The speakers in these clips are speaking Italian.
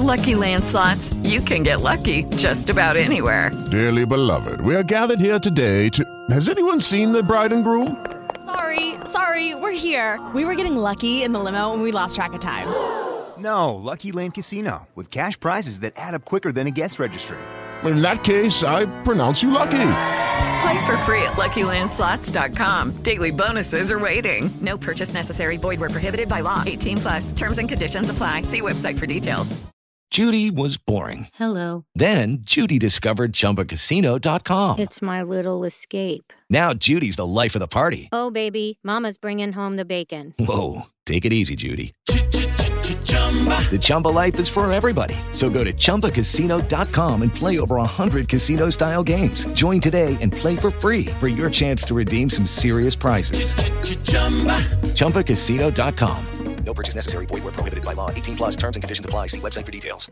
Lucky Land Slots, you can get lucky just about anywhere. Dearly beloved, we are gathered here today to... Has anyone seen the bride and groom? Sorry, we're here. We were getting lucky in the limo and we lost track of time. No, Lucky Land Casino, with cash prizes that add up quicker than a guest registry. In that case, I pronounce you lucky. Play for free at LuckyLandSlots.com. Daily bonuses are waiting. No purchase necessary. Void where prohibited by law. 18+. Terms and conditions apply. See website for details. Judy was boring. Hello. Then Judy discovered ChumbaCasino.com. It's my little escape. Now Judy's the life of the party. Oh, baby, mama's bringing home the bacon. Whoa, take it easy, Judy. The Chumba life is for everybody. So go to ChumbaCasino.com and play over 100 casino-style games. Join today and play for free for your chance to redeem some serious prizes. ChumbaCasino.com. No purchase necessary. Void where prohibited by law. 18+. Terms and conditions apply. See website for details.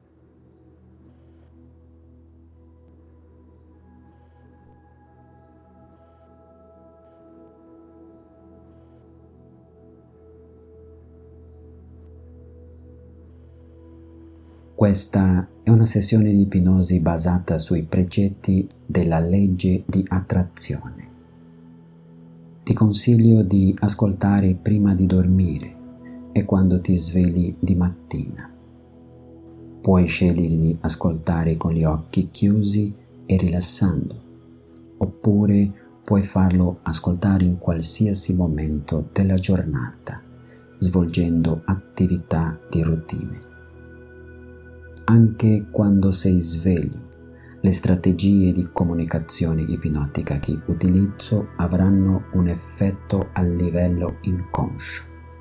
Questa è una sessione di ipnosi basata sui precetti della legge di attrazione. Ti consiglio di ascoltare prima di dormire e quando ti svegli di mattina. Puoi scegliere di ascoltare con gli occhi chiusi e rilassando, oppure puoi farlo ascoltare in qualsiasi momento della giornata, svolgendo attività di routine. Anche quando sei sveglio, le strategie di comunicazione ipnotica che utilizzo avranno un effetto a livello inconscio.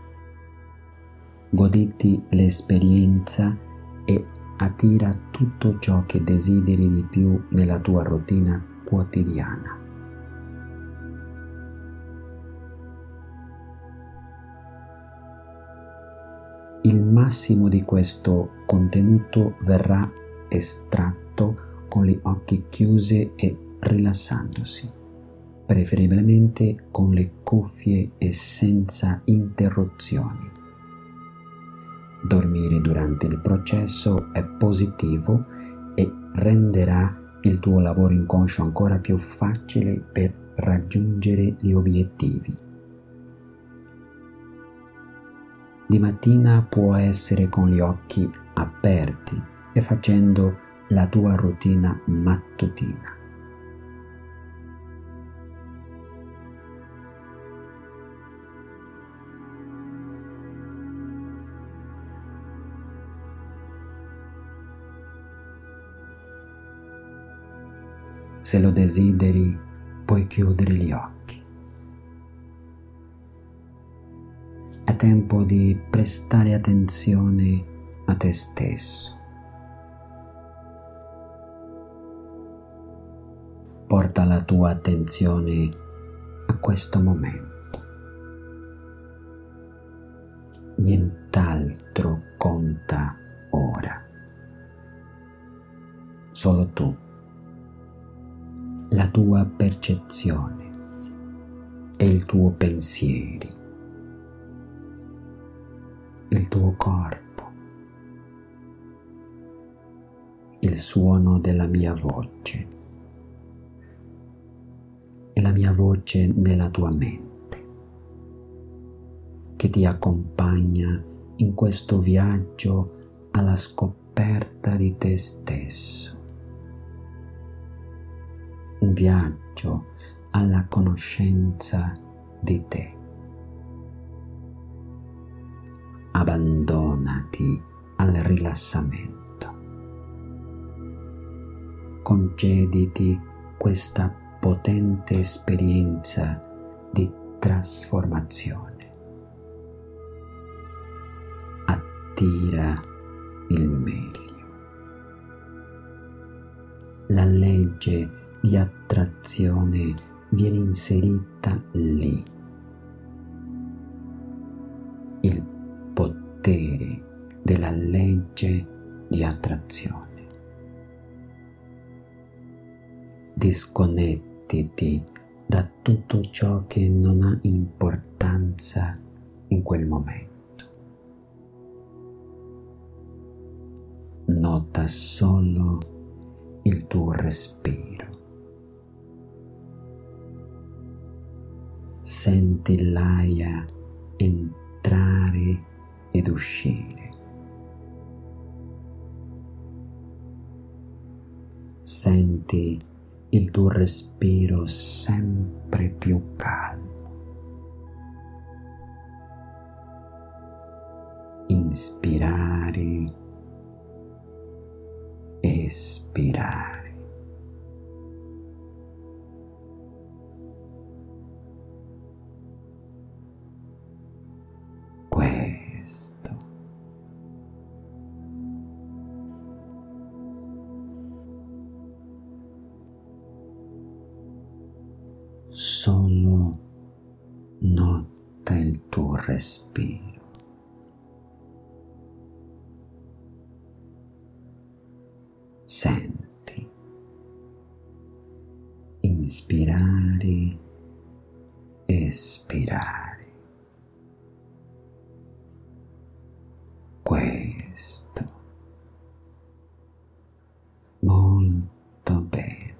Goditi l'esperienza e attira tutto ciò che desideri di più nella tua routine quotidiana. Il massimo di questo contenuto verrà estratto con gli occhi chiusi e rilassandosi, preferibilmente con le cuffie e senza interruzioni. Dormire durante il processo è positivo e renderà il tuo lavoro inconscio ancora più facile per raggiungere gli obiettivi. Di mattina può essere con gli occhi aperti e facendo la tua routine mattutina. Se lo desideri, puoi chiudere gli occhi. È tempo di prestare attenzione a te stesso. Porta la tua attenzione a questo momento. Nient'altro conta ora. Solo tu, la tua percezione e il tuo pensiero, il tuo corpo, il suono della mia voce e la mia voce nella tua mente, che ti accompagna in questo viaggio alla scoperta di te stesso. Un viaggio alla conoscenza di te. Abbandonati al rilassamento. Concediti questa potente esperienza di trasformazione. Attira il meglio. La legge di attrazione viene inserita lì. Il potere della legge di attrazione. Disconnettiti da tutto ciò che non ha importanza in quel momento. nota solo il tuo respiro. Senti l'aria entrare ed uscire. Senti il tuo respiro sempre più calmo. Inspirare, espirare. Questo. Solo nota il tuo respiro. Senti, inspirare, espirare. Questo. Molto bene.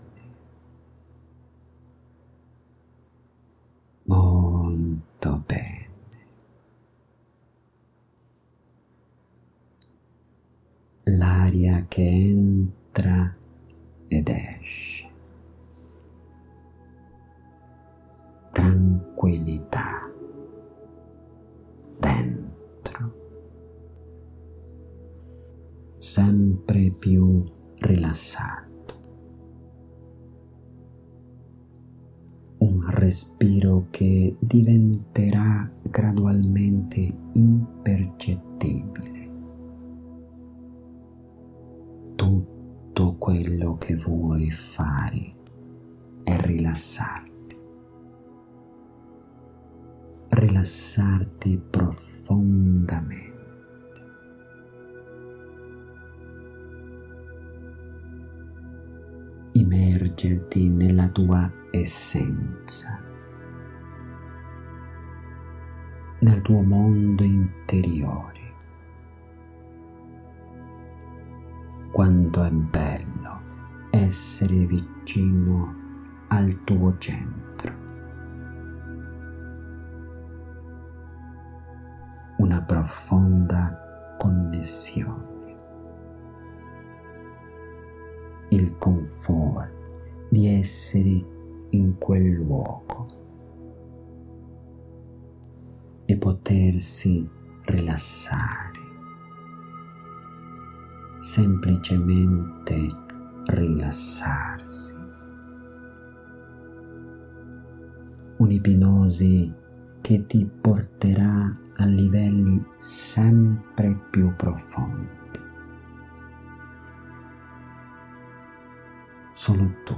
Molto bene. L'aria che entra ed esce. Tranquillità dentro. Sempre più rilassato. Un respiro che diventerà gradualmente impercettibile. Tutto quello che vuoi fare è rilassarti. Rilassarti profondamente. Immergerti nella tua essenza, nel tuo mondo interiore. Quanto è bello essere vicino al tuo centro. Una profonda connessione. Il comfort di essere in quel luogo e potersi rilassare, semplicemente rilassarsi. Un'ipnosi che ti porterà a livelli sempre più profondi. Solo tu.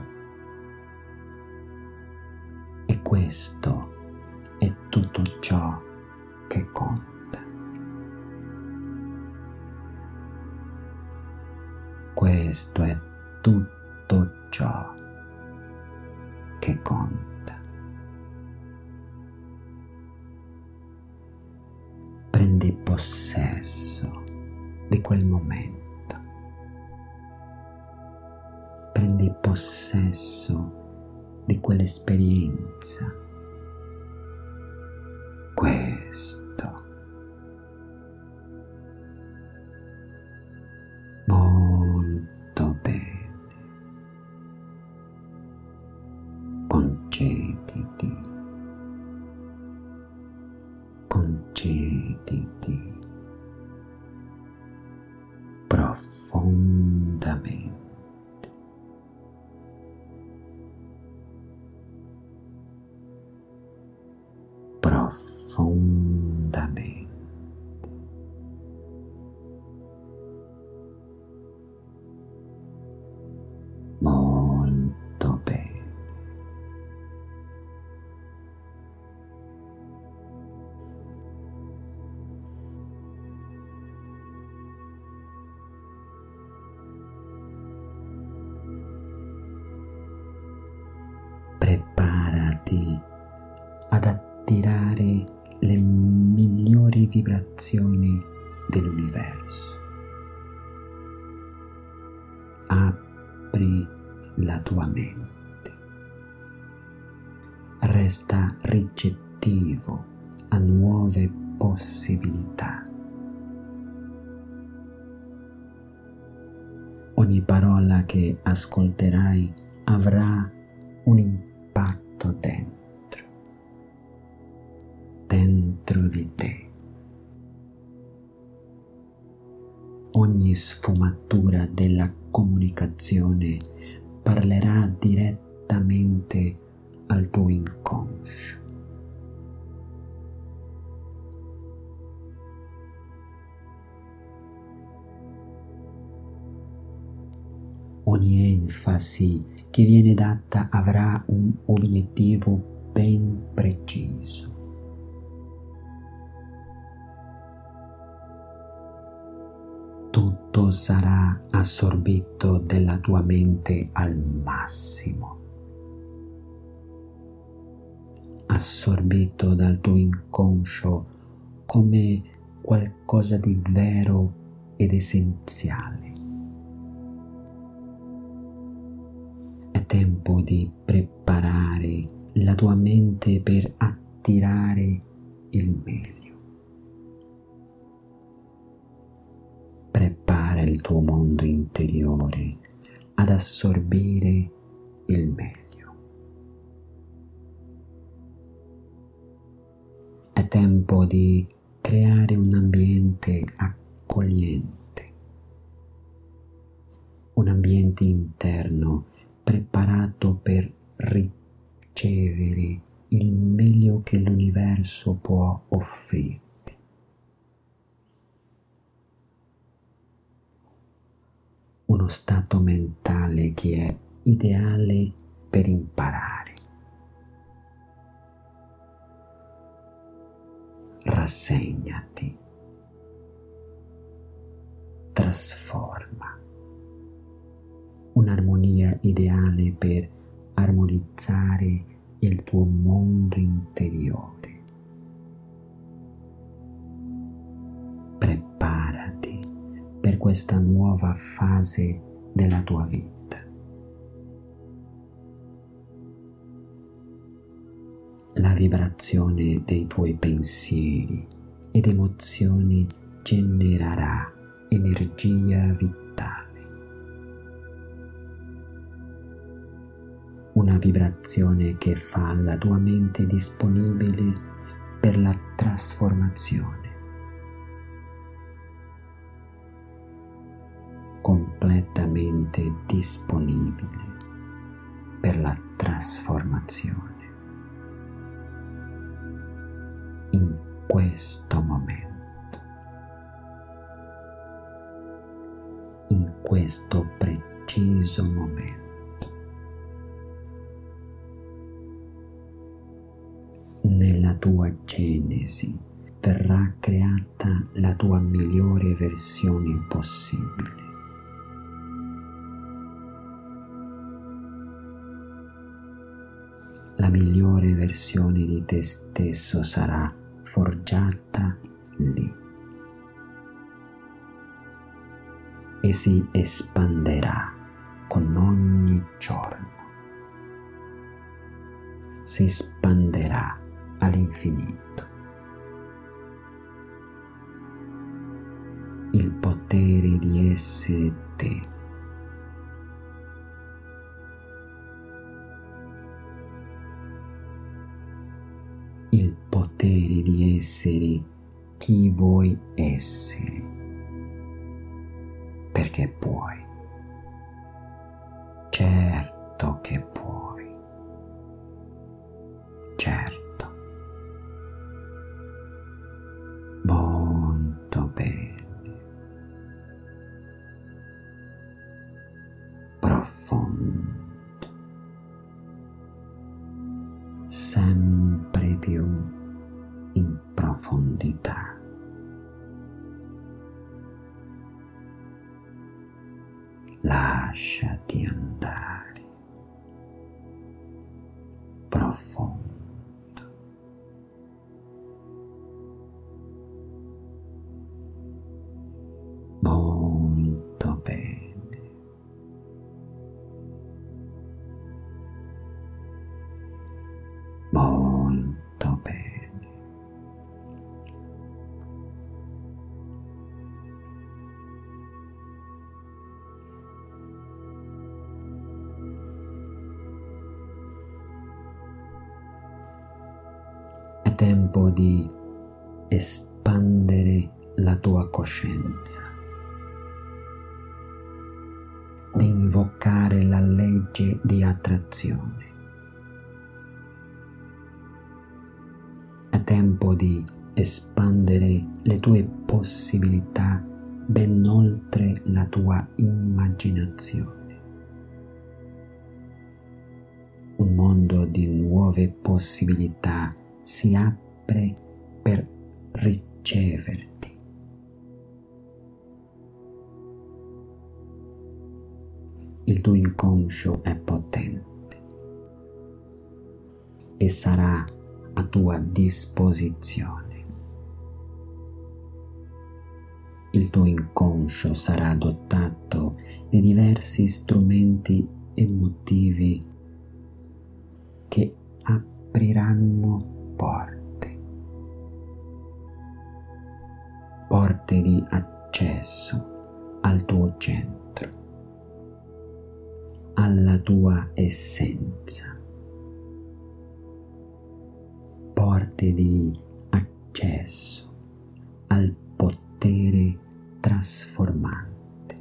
E questo è tutto ciò che conta. Questo è tutto ciò che conta. Prendi possesso di quel momento. Prendi possesso di quell'esperienza. Questo. Molto bene. Concediti. Concediti. Profondamente. Profondamente. Molto bene. Preparati ad attirare le migliori vibrazioni dell'universo. apri la tua mente. Resta ricettivo a nuove possibilità. Ogni parola che ascolterai avrà un impatto dentro di te. Ogni sfumatura della comunicazione parlerà direttamente al tuo inconscio. Ogni enfasi che viene data avrà un obiettivo ben preciso. Tutto sarà assorbito dalla tua mente al massimo, assorbito dal tuo inconscio come qualcosa di vero ed essenziale. È tempo di preparare la tua mente per attirare il meglio. Prepara il tuo mondo interiore ad assorbire il meglio. È tempo di creare un ambiente accogliente, un ambiente interno preparato per ricevere il meglio che l'universo può offrire. Uno stato mentale che è ideale per imparare. Rassegnati, trasforma. Un'armonia ideale per armonizzare il tuo mondo interiore. Preparati per questa nuova fase della tua vita. La vibrazione dei tuoi pensieri ed emozioni genererà energia vitale. Una vibrazione che fa la tua mente disponibile per la trasformazione. Completamente disponibile per la trasformazione. In questo momento, in questo preciso momento, nella tua genesi verrà creata la tua migliore versione possibile. La migliore versione di te stesso sarà forgiata lì e si espanderà con ogni giorno. Si espanderà all'infinito. Il potere di essere te. Il potere di essere chi vuoi essere, perché puoi. Certo che puoi. Certo. Molto bene. Profondo. Sempre più in profondità. Lasciati andare. Profondo. Molto bene. È tempo di espandere la tua coscienza, di invocare la legge di attrazione. È tempo di espandere le tue possibilità ben oltre la tua immaginazione. Un mondo di nuove possibilità si apre per riceverti. Il tuo inconscio è potente e sarà a tua disposizione. Il tuo inconscio sarà dotato di diversi strumenti emotivi che apriranno porte di accesso al tuo centro, alla tua essenza, porte di accesso al potere trasformante,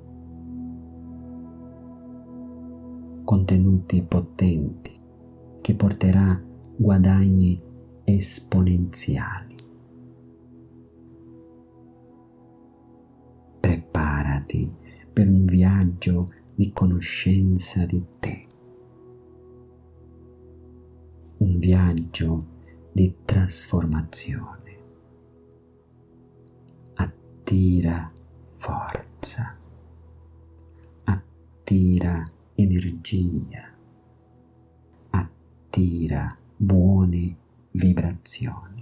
contenuti potenti che porterà guadagni esponenziali. Preparati per un viaggio di conoscenza di te, un viaggio di trasformazione. Attira forza, attira energia, attira buone vibrazioni.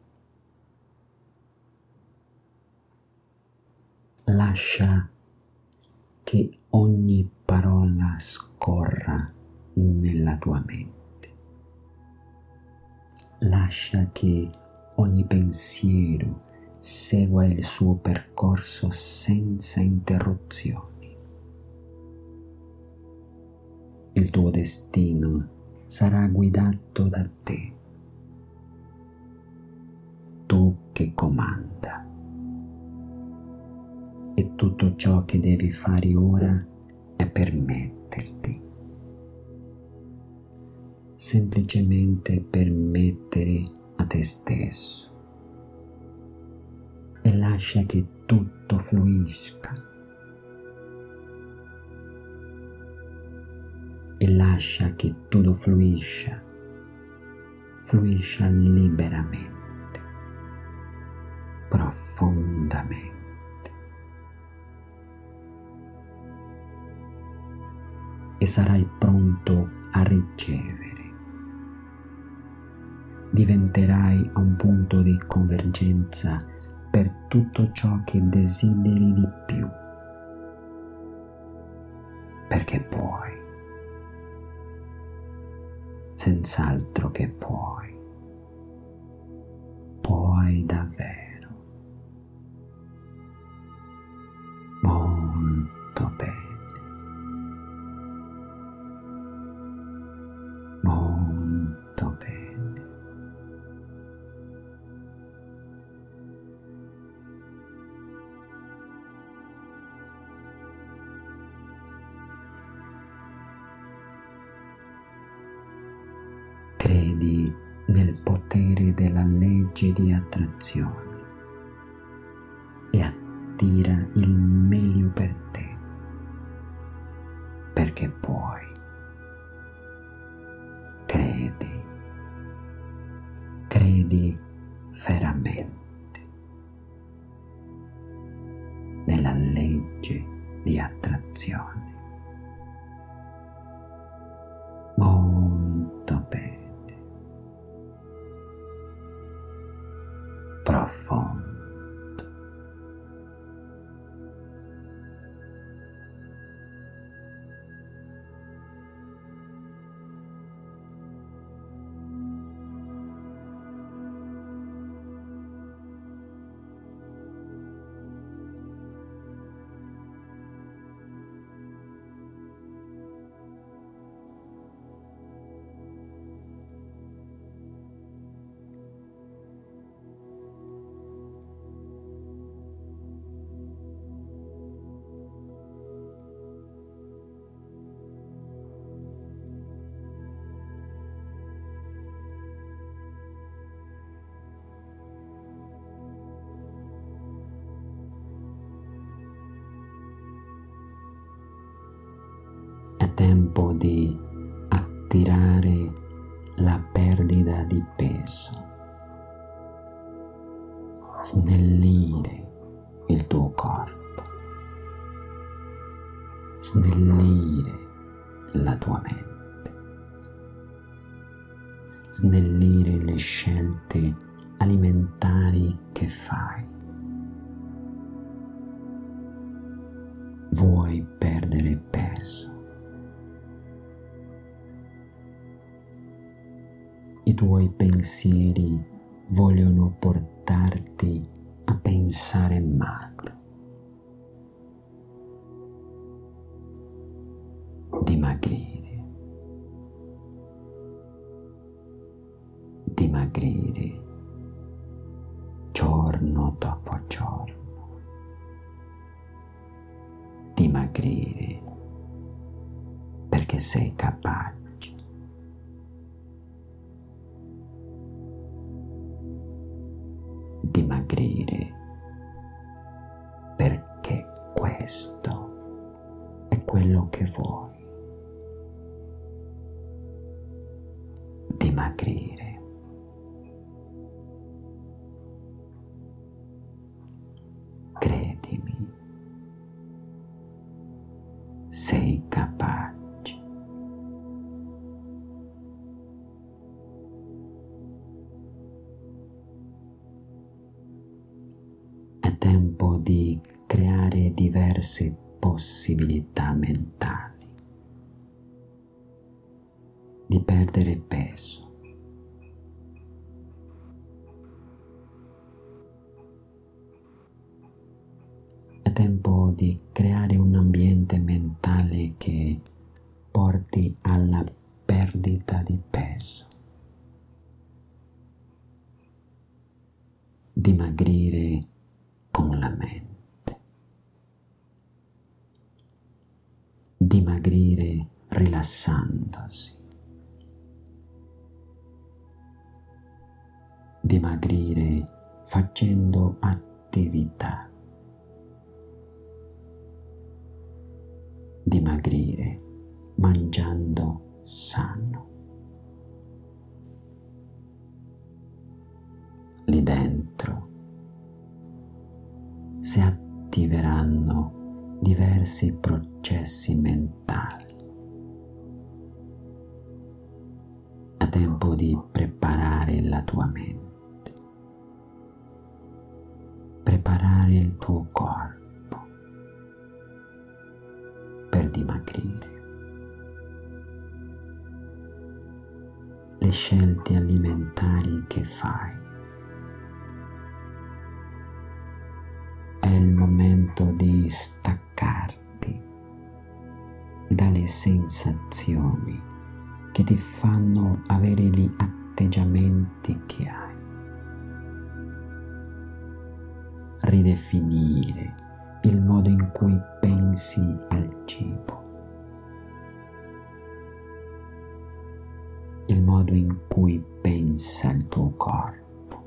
Lascia che ogni parola scorra nella tua mente. Lascia che ogni pensiero segua il suo percorso senza interruzioni. Il tuo destino sarà guidato da te, tu che comanda. E tutto ciò che devi fare ora è permetterti. Semplicemente permettere a te stesso. E lascia che tutto fluisca. E lascia che tutto fluisca liberamente, profondamente. E sarai pronto a ricevere. Diventerai a un punto di convergenza per tutto ciò che desideri di più, perché puoi, senz'altro che puoi davvero, molto bene. Molto bene. Credi nel potere della legge di attrazione e attira il meglio per te, perché puoi. Credi veramente nella legge di attrazione. Molto bene. Profondo. tempo di attirare la perdita di peso, snellire il tuo corpo, snellire la tua mente, snellire le scelte alimentari che fai. Vuoi perdere peso? I tuoi pensieri vogliono portarti a pensare magro. Dimagrire. Dimagrire giorno dopo giorno. Dimagrire perché sei capace. Dimagrire perché questo è quello che vuoi. Dimagrire. Credimi, sei capace. È tempo di creare diverse possibilità mentali, di perdere peso. È tempo di creare un ambiente mentale che porti alla perdita di peso. Dimagrire con la mente. Dimagrire rilassandosi. Dimagrire facendo attività. Dimagrire mangiando sano. Lì dentro si attiveranno diversi processi mentali. È tempo di preparare la tua mente, preparare il tuo corpo per dimagrire. Le scelte alimentari che fai. È il momento di staccarti dalle sensazioni che ti fanno avere gli atteggiamenti che hai. Ridefinire il modo in cui pensi al cibo, il modo in cui pensa il tuo corpo.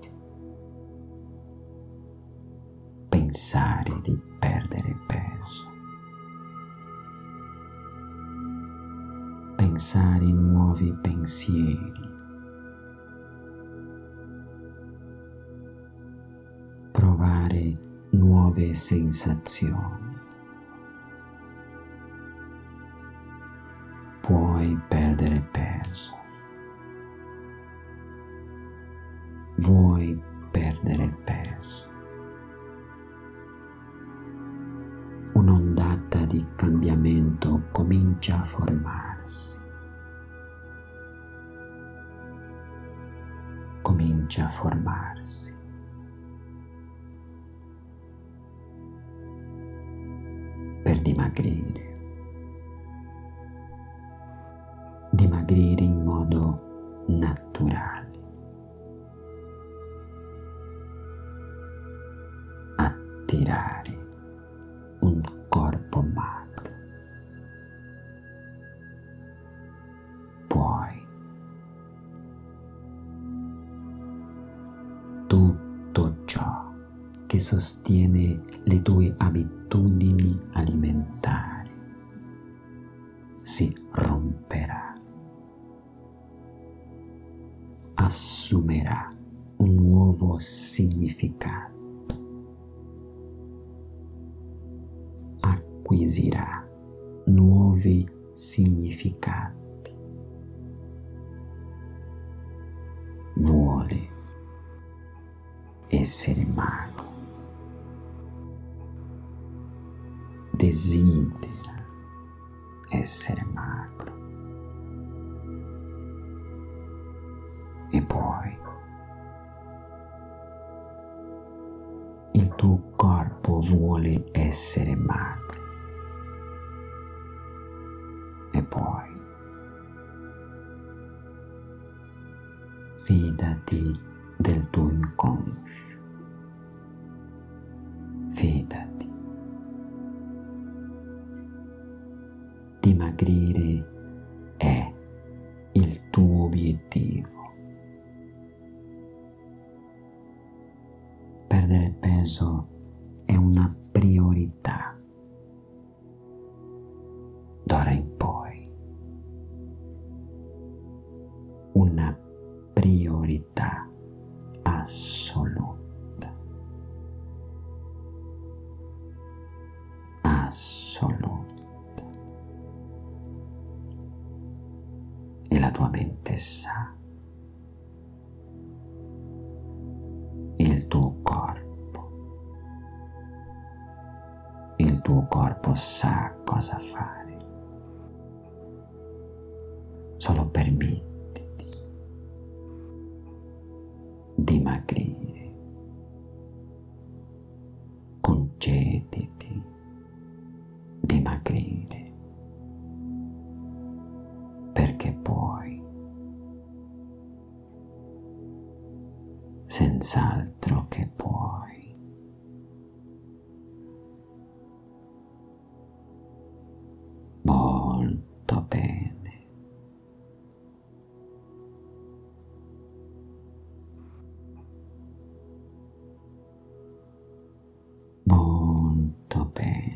Pensare di perdere peso, pensare in nuovi pensieri, provare nuove sensazioni. Puoi perdere peso, vuoi perdere peso. Un'ondata di cambiamento comincia a formarsi. Comincia a formarsi. Per dimagrire. Dimagrire in modo naturale. Attirare un corpo magro. Puoi. Tutto ciò che sostiene le tue abitudini alimentari si romperà, assumerà un nuovo significato, acquisirà nuovi significati, vuole essere magro, desidera essere magro e poi il tuo corpo vuole essere magro e poi fidati del tuo inconscio, fidati. Dimagrire è il tuo obiettivo. Perdere peso è una priorità. D'ora in poi, una priorità assoluta. Assoluta. E la tua mente sa, il tuo corpo sa cosa fare. Solo permettiti dimagrire, concediti dimagrire, perché poi, senz'altro che puoi, molto bene. Molto bene.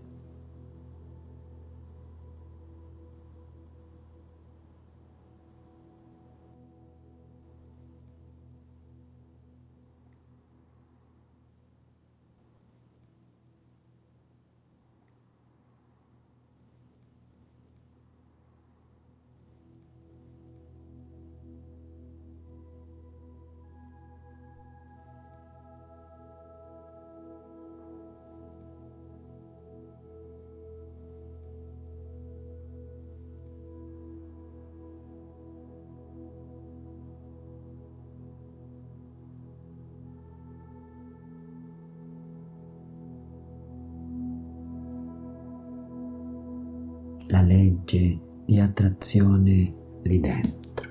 La legge di attrazione lì dentro,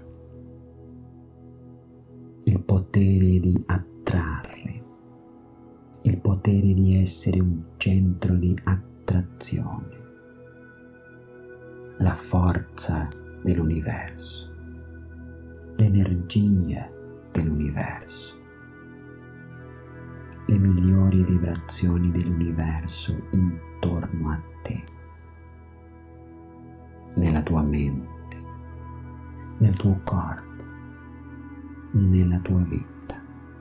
il potere di attrarre, il potere di essere un centro di attrazione, la forza dell'universo, l'energia dell'universo, le migliori vibrazioni dell'universo intorno a te, nella tua mente, nel tuo corpo, nella tua vita.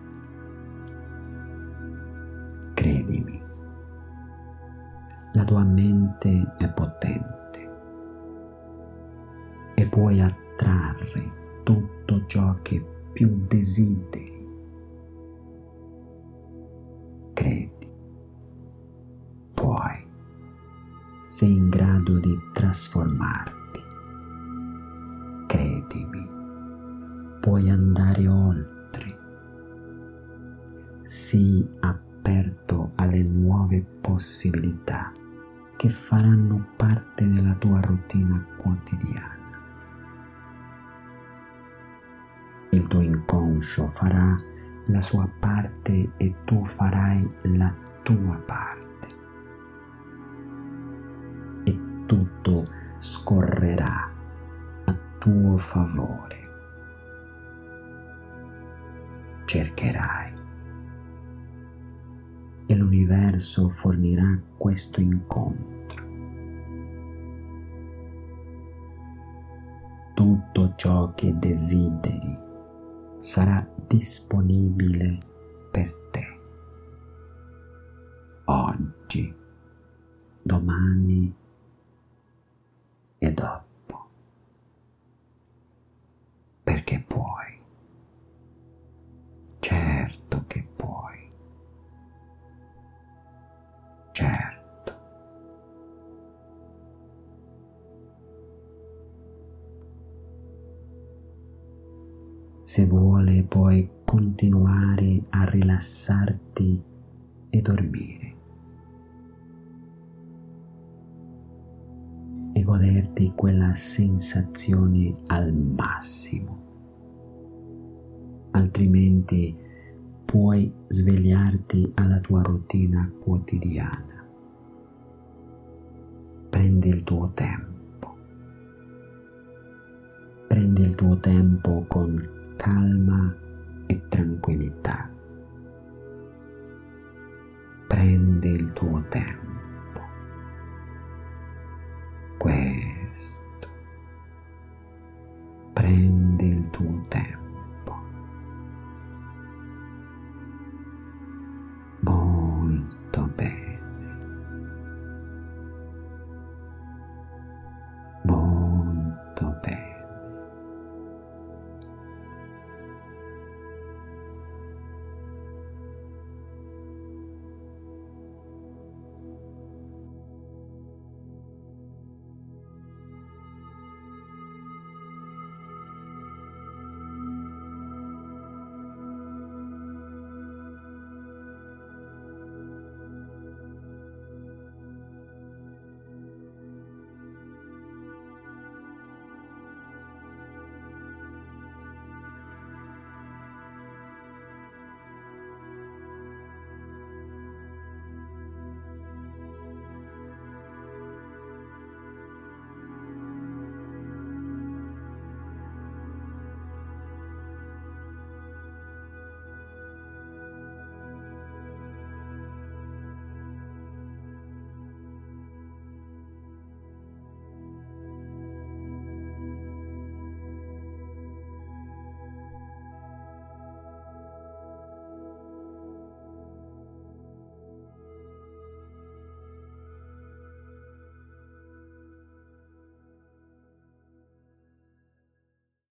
Credimi, la tua mente è potente e puoi attrarre tutto ciò che più desideri. Credi, puoi. Sei in grado di trasformarti. Credimi, puoi andare oltre. Sii aperto alle nuove possibilità che faranno parte della tua routine quotidiana. Il tuo inconscio farà la sua parte e tu farai la tua parte. Tutto scorrerà a tuo favore. Cercherai e l'universo fornirà questo incontro. tutto ciò che desideri sarà disponibile per te. Oggi, domani e dopo. Perché puoi. Certo che puoi. Certo. Se vuole puoi continuare a rilassarti e dormire e goderti quella sensazione al massimo. Altrimenti puoi svegliarti alla tua routine quotidiana. Prendi il tuo tempo. Prendi il tuo tempo con calma e tranquillità. Prendi il tuo tempo.